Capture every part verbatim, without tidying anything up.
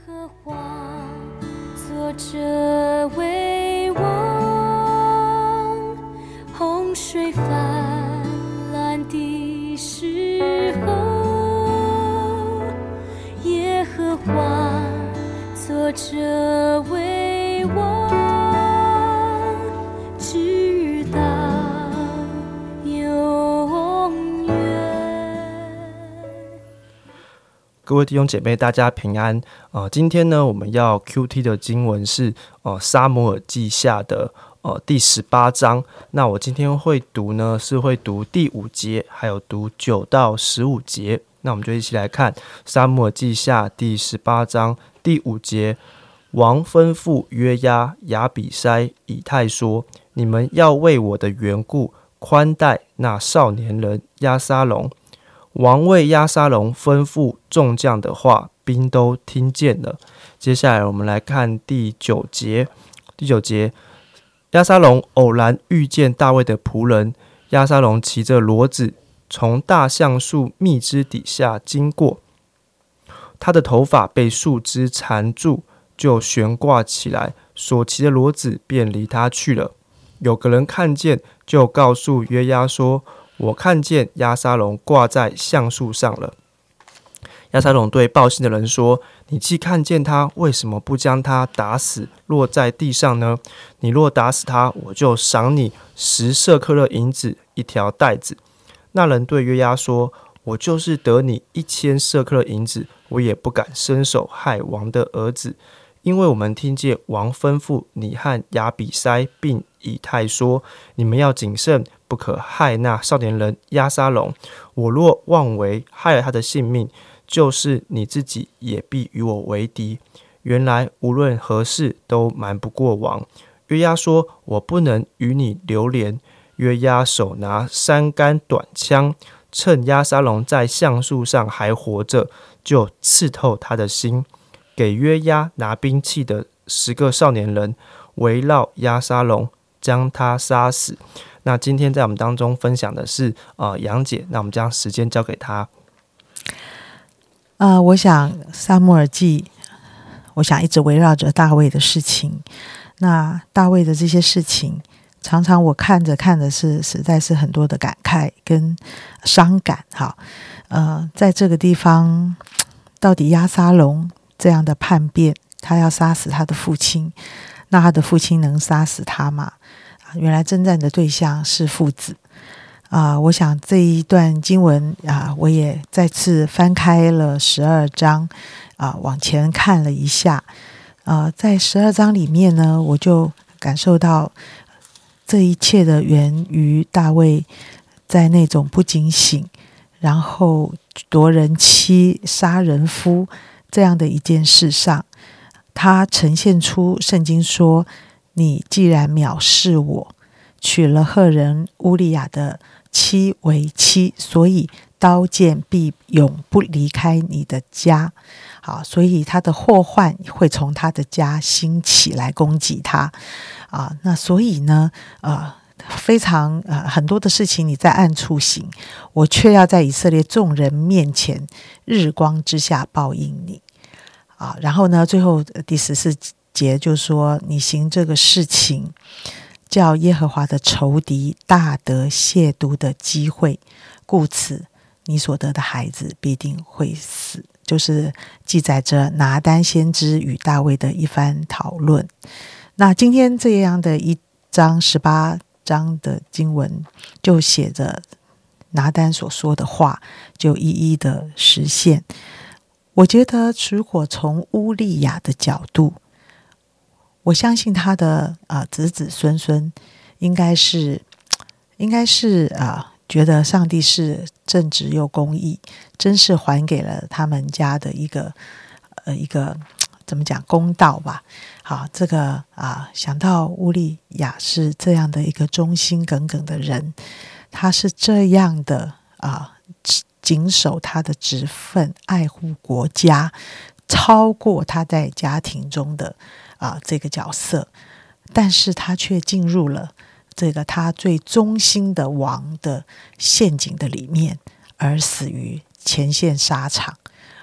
和华坐着为王，洪水泛滥的时候，耶和华坐着为王，直到永远。 各位弟兄姐妹，大家平安。呃，今天呢，我们要 Q T 的经文是呃撒母耳记下的呃第十八章。那我今天会读呢，是会读第五节，还有读九到十五节。那我们就一起来看撒母耳记下第十八章第五节。王吩咐约押、亚比筛、以太说：你们要为我的缘故宽待那少年人押沙龙。王为押沙龙吩咐众将的话，兵都听见了。接下来我们来看第九节。第九节，押沙龙偶然遇见大卫的仆人，押沙龙骑着骡子从大橡树密枝底下经过，他的头发被树枝缠住，就悬挂起来，所骑的骡子便离他去了。有个人看见，就告诉约押说：我看见押沙龙挂在橡树上了。押沙龙对报信的人说：你既看见他，为什么不将他打死，落在地上呢？你若打死他，我就赏你十舍客勒银子，一条带子。那人对约押说：我就是得你一千舍客勒银子，我也不敢伸手害王的儿子，因为我们听见王吩咐你和亚比筛并以太说：你们要谨慎，不可害那少年人押沙龙。我若妄为害了他的性命，就是你自己也必与我为敌。原来无论何事都瞒不过王。约押说：我不能与你流连。约押手拿三杆短枪，趁押沙龙在橡树上还活着，就刺透他的心。给约押拿兵器的十个少年人围绕押沙龙，将他杀死。那今天在我们当中分享的是呃杨姐，那我们将时间交给她。 呃，我想撒母耳记，我想一直围绕着大卫的事情。那大卫的这些事情，常常我看着看着是实在是很多的感慨跟伤感。好，呃，在这个地方，到底押沙龙这样的叛变，他要杀死他的父亲，那他的父亲能杀死他吗？原来征战的对象是父子。啊、呃，我想这一段经文啊、呃，我也再次翻开了十二章啊、呃，往前看了一下。呃，在十二章里面呢，我就感受到这一切的源于大卫在那种不警醒，然后夺人妻、杀人夫这样的一件事上，他呈现出圣经说：你既然藐视我，娶了赫人乌利亚的妻为妻，所以刀剑必永不离开你的家。好，所以他的祸患会从他的家兴起来攻击他啊。那所以呢，呃，非常呃很多的事情你在暗处行，我却要在以色列众人面前日光之下报应你啊。然后呢，最后第十四节就说：你行这个事情，叫耶和华的仇敌大得亵渎的机会，故此你所得的孩子必定会死。就是记载着拿单先知与大卫的一番讨论。那今天这样的一章十八章的经文，就写着拿单所说的话，就一一的实现。我觉得如果从乌利亚的角度，我相信他的、呃、子子孙孙应该是应该是、呃、觉得上帝是正直又公义，真是还给了他们家的一个呃一个怎么讲公道吧。好，这个啊、呃，想到乌利亚是这样的一个忠心耿耿的人，他是这样的啊、呃，谨守他的职分，爱护国家，超过他在家庭中的啊、呃、这个角色，但是他却进入了这个他最忠心的王的陷阱的里面，而死于前线沙场。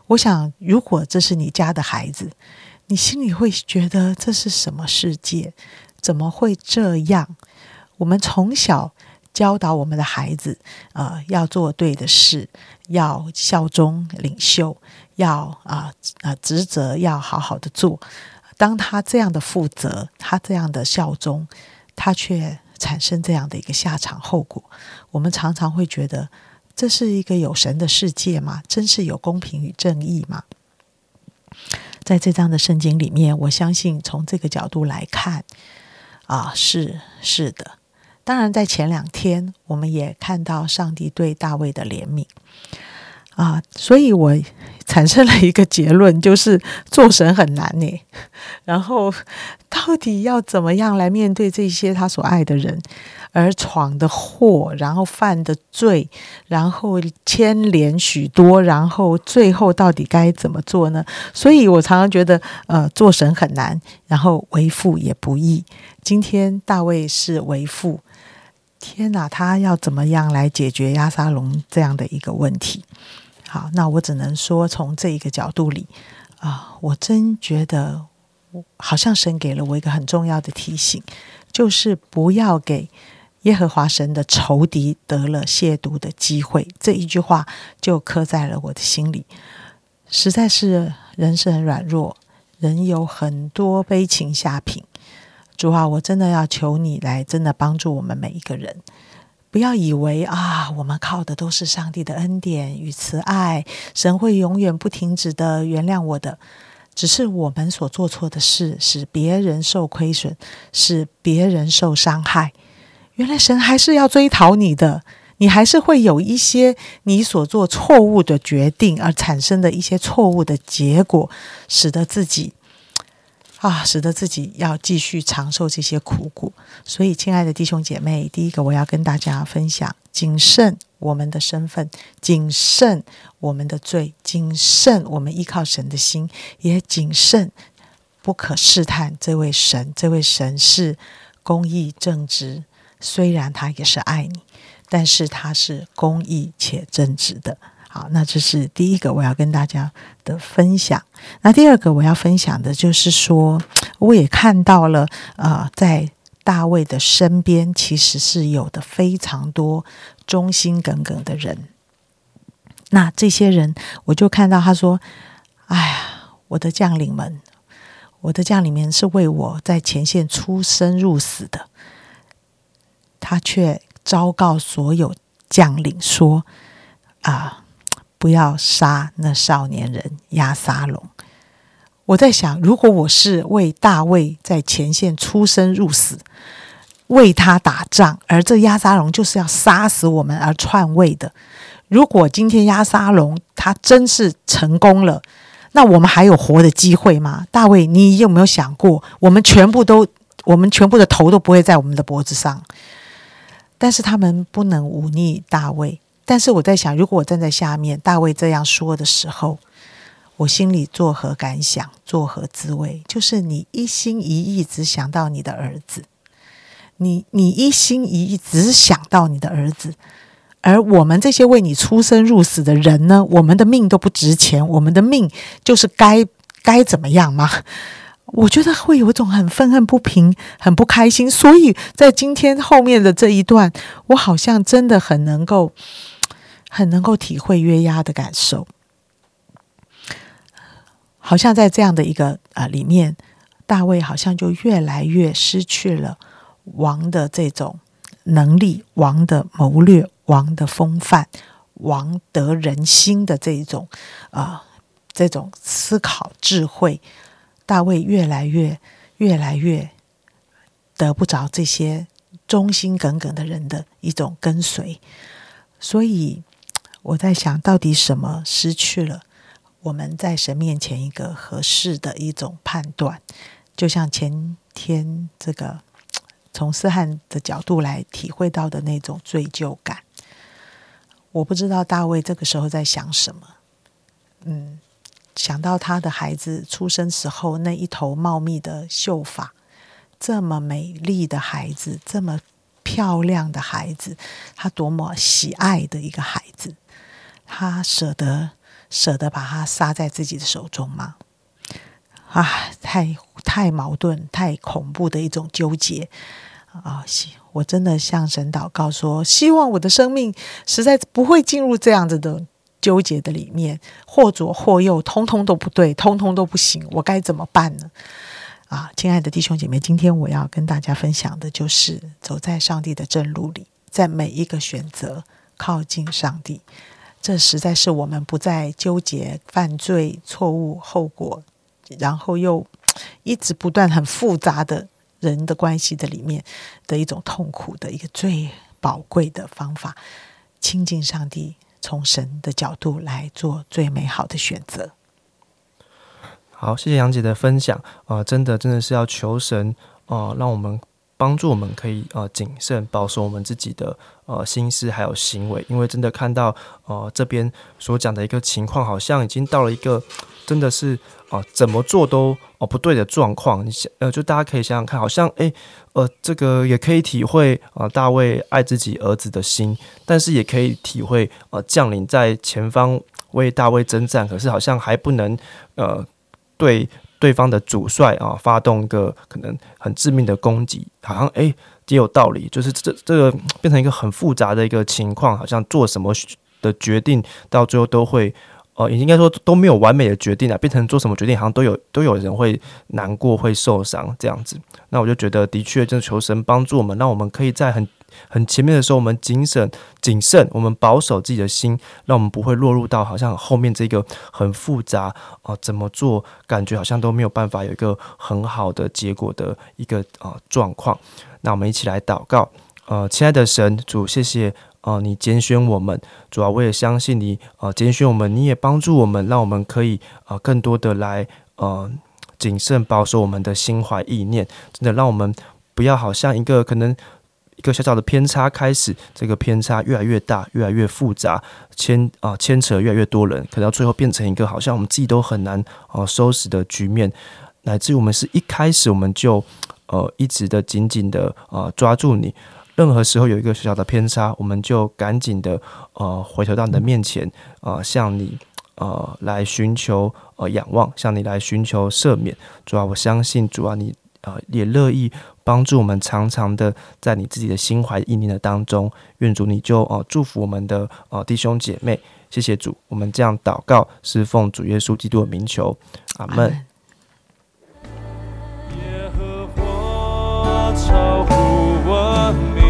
我想如果这是你家的孩子，你心里会觉得这是什么世界？怎么会这样？我们从小教导我们的孩子，呃，要做对的事，要效忠领袖，要啊啊、呃、职责要好好的做。当他这样的负责，他这样的效忠，他却产生这样的一个下场后果，我们常常会觉得，这是一个有神的世界吗？真是有公平与正义吗？在这章的圣经里面，我相信从这个角度来看，啊，是是的。当然，在前两天我们也看到上帝对大卫的怜悯啊，所以我产生了一个结论，就是做神很难呢。然后，到底要怎么样来面对这些他所爱的人而闯的祸，然后犯的罪，然后牵连许多，然后最后到底该怎么做呢？所以我常常觉得，呃，做神很难，然后为父也不易。今天大卫是为父，天哪，他要怎么样来解决押沙龙这样的一个问题？好，那我只能说，从这一个角度里，啊、呃，我真觉得，好像神给了我一个很重要的提醒，就是不要给耶和华神的仇敌得了亵渎的机会。这一句话就刻在了我的心里。实在是人是很软弱，人有很多悲情下品。主啊，我真的要求你来真的帮助我们每一个人，不要以为啊，我们靠的都是上帝的恩典与慈爱，神会永远不停止的原谅我的。只是我们所做错的事，使别人受亏损，使别人受伤害。原来神还是要追讨你的，你还是会有一些你所做错误的决定而产生的一些错误的结果，使得自己啊，使得自己要继续承受这些苦果。所以亲爱的弟兄姐妹，第一个我要跟大家分享，谨慎我们的身份，谨慎我们的罪，谨慎我们依靠神的心，也谨慎不可试探这位神。这位神是公义正直，虽然他也是爱你，但是他是公义且正直的。好，那这是第一个我要跟大家的分享。那第二个我要分享的就是说，我也看到了呃，在大卫的身边其实是有的非常多忠心耿耿的人。那这些人我就看到他说，哎呀，我的将领们，我的将领们是为我在前线出生入死的，他却昭告所有将领说啊，不要杀那少年人押沙龙。我在想，如果我是为大卫在前线出生入死，为他打仗，而这押沙龙就是要杀死我们而篡位的，如果今天押沙龙他真是成功了，那我们还有活的机会吗？大卫，你有没有想过，我们全部都我们全部的头都不会在我们的脖子上，但是他们不能忤逆大卫。但是我在想，如果我站在下面，大卫这样说的时候，我心里作何感想，作何滋味？就是你一心一意只想到你的儿子，你你一心一意只想到你的儿子，而我们这些为你出生入死的人呢，我们的命都不值钱，我们的命就是该该怎么样吗？我觉得会有一种很愤恨不平，很不开心。所以在今天后面的这一段，我好像真的很能够很能够体会约押的感受。好像在这样的一个呃里面，大卫好像就越来越失去了王的这种能力，王的谋略，王的风范，王得人心的这一种呃这种思考智慧。大卫越来越越来越得不着这些忠心耿耿的人的一种跟随。所以我在想，到底什么失去了我们在神面前一个合适的一种判断？就像前天这个从思翰的角度来体会到的那种罪疚感，我不知道大卫这个时候在想什么。嗯，想到他的孩子出生时候那一头茂密的秀发，这么美丽的孩子，这么漂亮的孩子，他多么喜爱的一个孩子，他舍得舍得把它撒在自己的手中吗？啊，太太矛盾、太恐怖的一种纠结啊！我真的向神祷告说，希望我的生命实在不会进入这样子的纠结的里面，或左或右，通通都不对，通通都不行，我该怎么办呢？啊，亲爱的弟兄姐妹，今天我要跟大家分享的就是走在上帝的正路里，在每一个选择靠近上帝，这实在是我们不再纠结犯罪错误后果，然后又一直不断很复杂的人的关系的里面的一种痛苦的一个最宝贵的方法，亲近上帝，从神的角度来做最美好的选择。 好，谢谢杨姐的分享，呃，真的真的是要求神，呃，让我们帮助我们可以呃谨慎保守我们自己的呃心思还有行为，因为真的看到呃这边所讲的一个情况，好像已经到了一个真的是啊、呃、怎么做都哦、呃、不对的状况。你想呃就大家可以想想看，好像哎呃这个也可以体会啊、呃、大卫爱自己儿子的心，但是也可以体会呃将领在前方为大卫征战，可是好像还不能呃。对对方的主帅啊，发动一个可能很致命的攻击，好像哎也有道理，就是这这个变成一个很复杂的一个情况，好像做什么的决定到最后都会呃，应该说都没有完美的决定啊，变成做什么决定好像都有都有人会难过会受伤这样子。那我就觉得的确，真的求神帮助我们，让我们可以在很很前面的时候，我们谨慎谨慎，我们保守自己的心，让我们不会落入到好像后面这个很复杂啊、呃，怎么做感觉好像都没有办法有一个很好的结果的一个啊、呃、状况。那我们一起来祷告，呃，亲爱的神主，谢谢呃你拣选我们，主啊，我也相信你呃拣选我们，你也帮助我们，让我们可以呃更多的来呃谨慎保守我们的心怀意念，真的让我们不要好像一个可能。一个小小的偏差开始，这个偏差越来越大，越来越复杂，牵啊、呃、牵扯越来越多人，可能到最后变成一个好像我们自己都很难啊、呃、收拾的局面，乃至于我们是一开始我们就呃一直的紧紧的呃抓住你，任何时候有一个小小的偏差，我们就赶紧的呃回头到你的面前，呃向你呃来寻求呃仰望，向你来寻求赦免。主啊，我相信主啊，你呃也乐意。帮助我们常常的在你自己的心怀意念的当中，愿主你就、呃、祝福我们的、呃、弟兄姐妹，谢谢主，我们这样祷告是奉主耶稣基督的名求，阿们。 耶和华超乎万民。